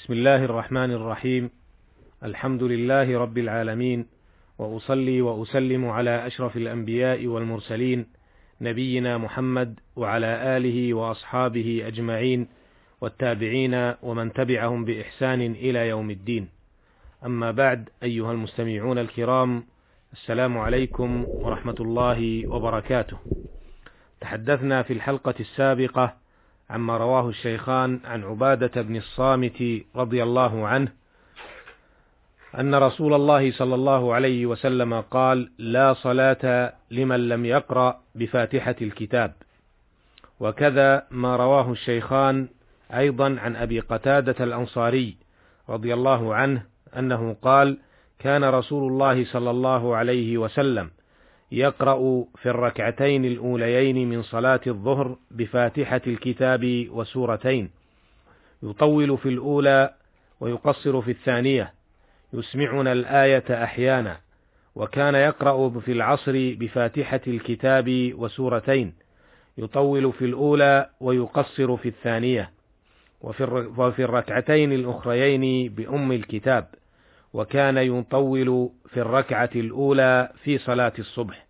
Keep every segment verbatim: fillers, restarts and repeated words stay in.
بسم الله الرحمن الرحيم. الحمد لله رب العالمين، وأصلي وأسلم على أشرف الأنبياء والمرسلين نبينا محمد وعلى آله وأصحابه أجمعين والتابعين ومن تبعهم بإحسان إلى يوم الدين. أما بعد، أيها المستمعون الكرام، السلام عليكم ورحمة الله وبركاته. تحدثنا في الحلقة السابقة عما رواه الشيخان عن عبادة بن الصامت رضي الله عنه أن رسول الله صلى الله عليه وسلم قال: لا صلاة لمن لم يقرأ بفاتحة الكتاب. وكذا ما رواه الشيخان أيضا عن أبي قتادة الأنصاري رضي الله عنه أنه قال: كان رسول الله صلى الله عليه وسلم يقرأ في الركعتين الأوليين من صلاة الظهر بفاتحة الكتاب وسورتين، يطول في الأولى ويقصر في الثانية، يسمعنا الآية أحيانا. وكان يقرأ في العصر بفاتحة الكتاب وسورتين، يطول في الأولى ويقصر في الثانية، وفي الركعتين الأخريين بأم الكتاب. وكان يطول في الركعة الأولى في صلاة الصبح.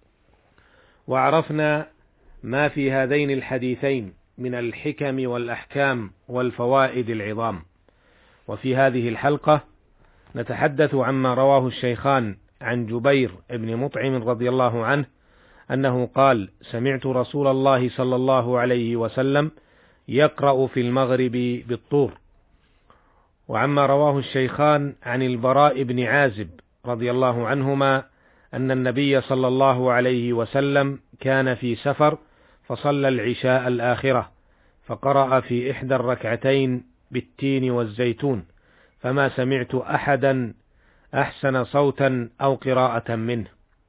وعرفنا ما في هذين الحديثين من الحكم والأحكام والفوائد العظام. وفي هذه الحلقة نتحدث عما رواه الشيخان عن جبير بن مطعم رضي الله عنه أنه قال: سمعت رسول الله صلى الله عليه وسلم يقرأ في المغرب بالطور. وعما رواه الشيخان عن البراء بن عازب رضي الله عنهما أن النبي صلى الله عليه وسلم كان في سفر فصلى العشاء الآخرة، فقرأ في إحدى الركعتين بالتين والزيتون، فما سمعت أحدا أحسن صوتا أو قراءة منه.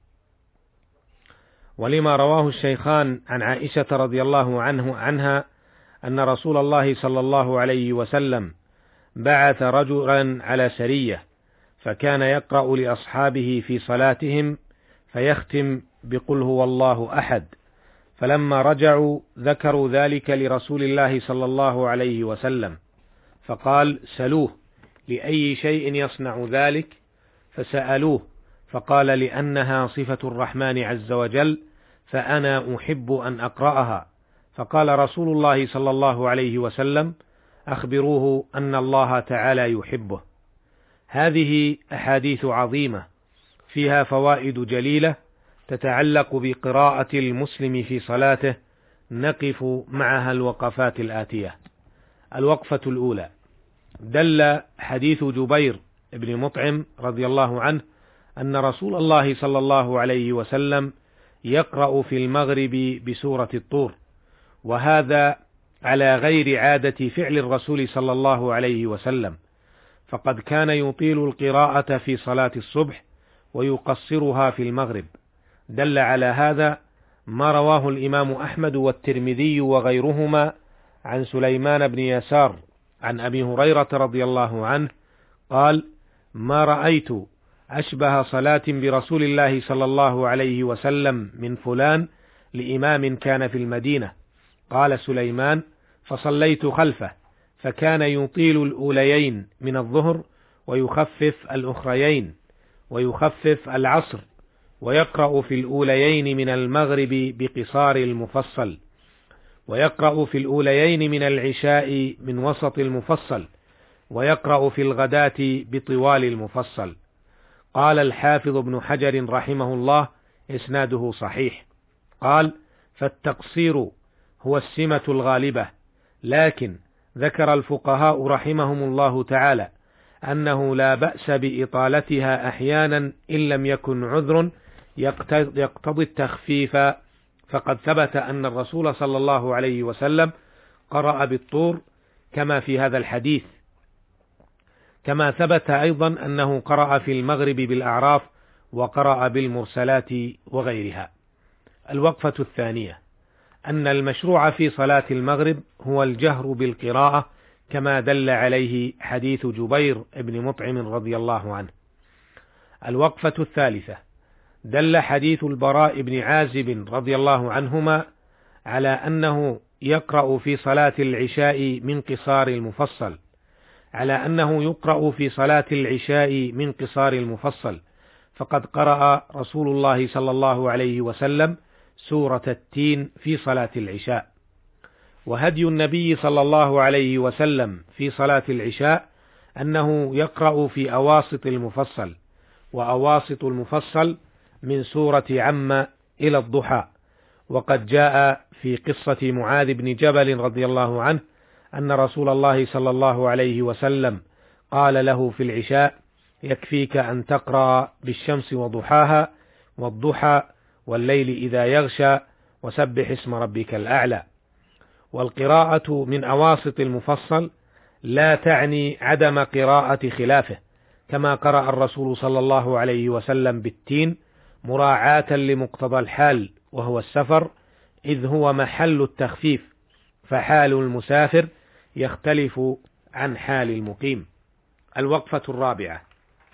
ولما رواه الشيخان عن عائشة رضي الله عنه عنها أن رسول الله صلى الله عليه وسلم بعث رجلا على سرية، فكان يقرأ لأصحابه في صلاتهم فيختم بقل هو الله أحد. فلما رجعوا ذكروا ذلك لرسول الله صلى الله عليه وسلم، فقال: سلوه لأي شيء يصنع ذلك؟ فسألوه فقال: لأنها صفة الرحمن عز وجل، فأنا أحب أن أقرأها. فقال رسول الله صلى الله عليه وسلم: أخبروه أن الله تعالى يحبه. هذه أحاديث عظيمة فيها فوائد جليلة تتعلق بقراءة المسلم في صلاته، نقف معها الوقفات الآتية. الوقفة الأولى: دل حديث جبير بن مطعم رضي الله عنه أن رسول الله صلى الله عليه وسلم يقرأ في المغرب بسورة الطور، وهذا على غير عادة فعل الرسول صلى الله عليه وسلم، فقد كان يطيل القراءة في صلاة الصبح ويقصرها في المغرب. دل على هذا ما رواه الإمام أحمد والترمذي وغيرهما عن سليمان بن يسار عن أبي هريرة رضي الله عنه قال: ما رأيت أشبه صلاة برسول الله صلى الله عليه وسلم من فلان لإمام كان في المدينة. قال سليمان: فصليت خلفه، فكان يطيل الأوليين من الظهر ويخفف الأخريين، ويخفف العصر، ويقرأ في الأوليين من المغرب بقصار المفصل، ويقرأ في الأوليين من العشاء من وسط المفصل، ويقرأ في الغداة بطوال المفصل. قال الحافظ ابن حجر رحمه الله: إسناده صحيح. قال: فالتقصير هو السمة الغالبة، لكن ذكر الفقهاء رحمهم الله تعالى أنه لا بأس بإطالتها أحيانا إن لم يكن عذر يقتضي التخفيف، فقد ثبت أن الرسول صلى الله عليه وسلم قرأ بالطور كما في هذا الحديث، كما ثبت أيضا أنه قرأ في المغرب بالأعراف وقرأ بالمرسلات وغيرها. الوقفة الثانية: أن المشروع في صلاة المغرب هو الجهر بالقراءة كما دل عليه حديث جبير بن مطعم رضي الله عنه. الوقفة الثالثة: دل حديث البراء بن عازب رضي الله عنهما على أنه يقرأ في صلاة العشاء من قصار المفصل، على أنه يقرأ في صلاة العشاء من قصار المفصل، فقد قرأ رسول الله صلى الله عليه وسلم سورة التين في صلاة العشاء. وهدي النبي صلى الله عليه وسلم في صلاة العشاء أنه يقرأ في أواسط المفصل، وأواسط المفصل من سورة عم إلى الضحى. وقد جاء في قصة معاذ بن جبل رضي الله عنه أن رسول الله صلى الله عليه وسلم قال له في العشاء: يكفيك أن تقرأ بالشمس وضحاها والضحى والليل إذا يغشى وسبح اسم ربك الأعلى. والقراءة من أواسط المفصل لا تعني عدم قراءة خلافه، كما قرأ الرسول صلى الله عليه وسلم بالتين مراعاة لمقتضى الحال وهو السفر، إذ هو محل التخفيف، فحال المسافر يختلف عن حال المقيم. الوقفة الرابعة.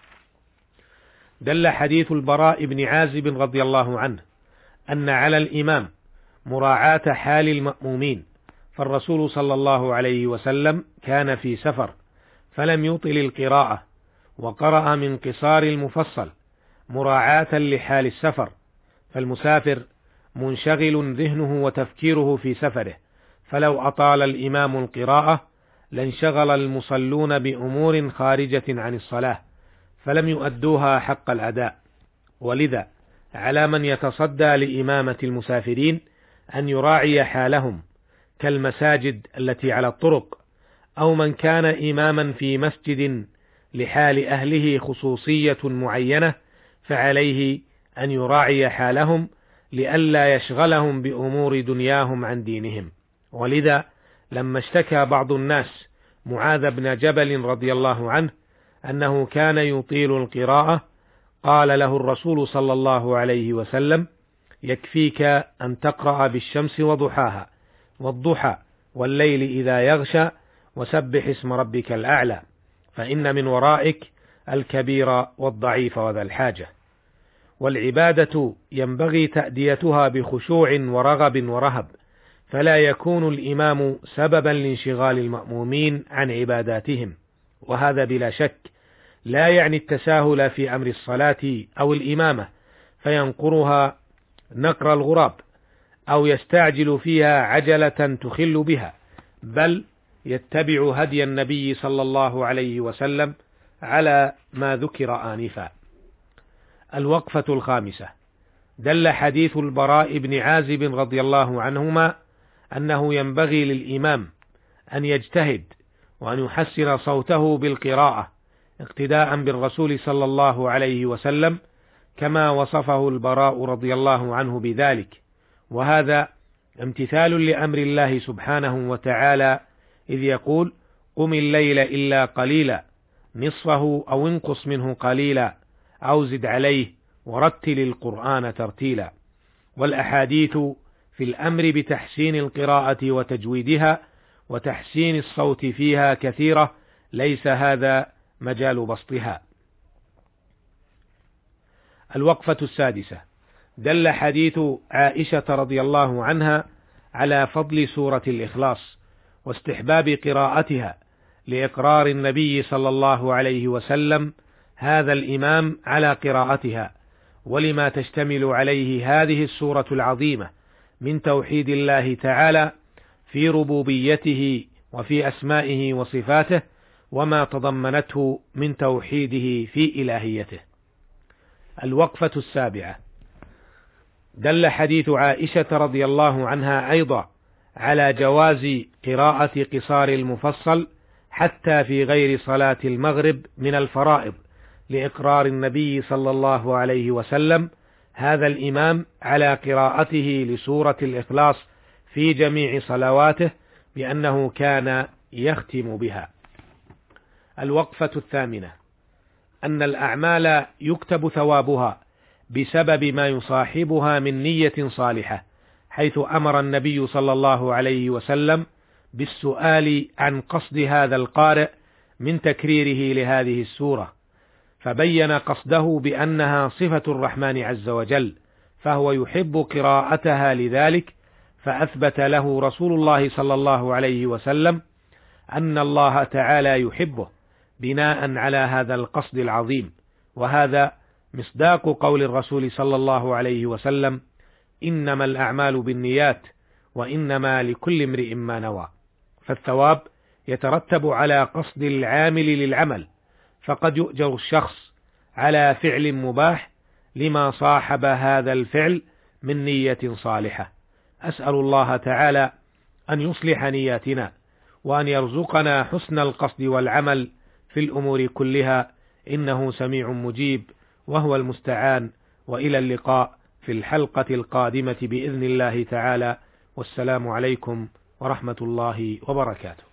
دل حديث البراء بن عازب رضي الله عنه أن على الإمام مراعاة حال المأمومين، فالرسول صلى الله عليه وسلم كان في سفر فلم يطل القراءة، وقرأ من قصار المفصل مراعاة لحال السفر، فالمسافر منشغل ذهنه وتفكيره في سفره، فلو أطال الإمام القراءة لانشغل المصلون بأمور خارجة عن الصلاة فلم يؤدوها حق الأداء. ولذا على من يتصدى لإمامة المسافرين أن يراعي حالهم، كالمساجد التي على الطرق، أو من كان إماما في مسجد لحال أهله خصوصية معينة فعليه أن يراعي حالهم لئلا يشغلهم بأمور دنياهم عن دينهم. ولذا لما اشتكى بعض الناس معاذ بن جبل رضي الله عنه أنه كان يطيل القراءة، قال له الرسول صلى الله عليه وسلم: يكفيك أن تقرأ بالشمس وضحاها والضحى والليل إذا يغشى وسبح اسم ربك الأعلى، فإن من ورائك الكبير والضعيف وذا الحاجة. والعبادة ينبغي تأديتها بخشوع ورغب ورهب، فلا يكون الإمام سببا لانشغال المأمومين عن عباداتهم، وهذا بلا شك لا يعني التساهل في أمر الصلاة أو الإمامة فينقرها نقر الغراب، أو يستعجل فيها عجلة تخل بها، بل يتبع هدي النبي صلى الله عليه وسلم على ما ذكر آنفا. الوقفة الخامسة. دل حديث البراء بن عازب رضي الله عنهما أنه ينبغي للإمام أن يجتهد وأن يحسن صوته بالقراءة اقتداء بالرسول صلى الله عليه وسلم، كما وصفه البراء رضي الله عنه بذلك، وهذا امتثال لأمر الله سبحانه وتعالى إذ يقول: قم الليل إلا قليلا نصفه أو انقص منه قليلا أو زد عليه ورتل القرآن ترتيلا. والأحاديث في الأمر بتحسين القراءة وتجويدها وتحسين الصوت فيها كثيرة، ليس هذا مجال بسطها. الوقفة السادسة. دل حديث عائشة رضي الله عنها على فضل سورة الإخلاص واستحباب قراءتها لإقرار النبي صلى الله عليه وسلم هذا الإمام على قراءتها، ولما تشتمل عليه هذه السورة العظيمة من توحيد الله تعالى في ربوبيته وفي أسمائه وصفاته، وما تضمنته من توحيده في إلهيته. الوقفة السابعة. دل حديث عائشة رضي الله عنها أيضا على جواز قراءة قصار المفصل حتى في غير صلاة المغرب من الفرائض، لإقرار النبي صلى الله عليه وسلم هذا الإمام على قراءته لسورة الإخلاص في جميع صلواته بأنه كان يختم بها. الوقفة الثامنة. أن الأعمال يكتب ثوابها بسبب ما يصاحبها من نية صالحة، حيث أمر النبي صلى الله عليه وسلم بالسؤال عن قصد هذا القارئ من تكريره لهذه السورة، فبين قصده بأنها صفة الرحمن عز وجل، فهو يحب قراءتها لذلك، فأثبت له رسول الله صلى الله عليه وسلم أن الله تعالى يحبه بناء على هذا القصد العظيم، وهذا مصداق قول الرسول صلى الله عليه وسلم: إنما الأعمال بالنيات وإنما لكل امرئ ما نوى. فالثواب يترتب على قصد العامل للعمل، فقد يؤجر الشخص على فعل مباح لما صاحب هذا الفعل من نية صالحة. أسأل الله تعالى أن يصلح نياتنا، وأن يرزقنا حسن القصد والعمل في الأمور كلها، إنه سميع مجيب وهو المستعان. وإلى اللقاء في الحلقة القادمة بإذن الله تعالى، والسلام عليكم ورحمة الله وبركاته.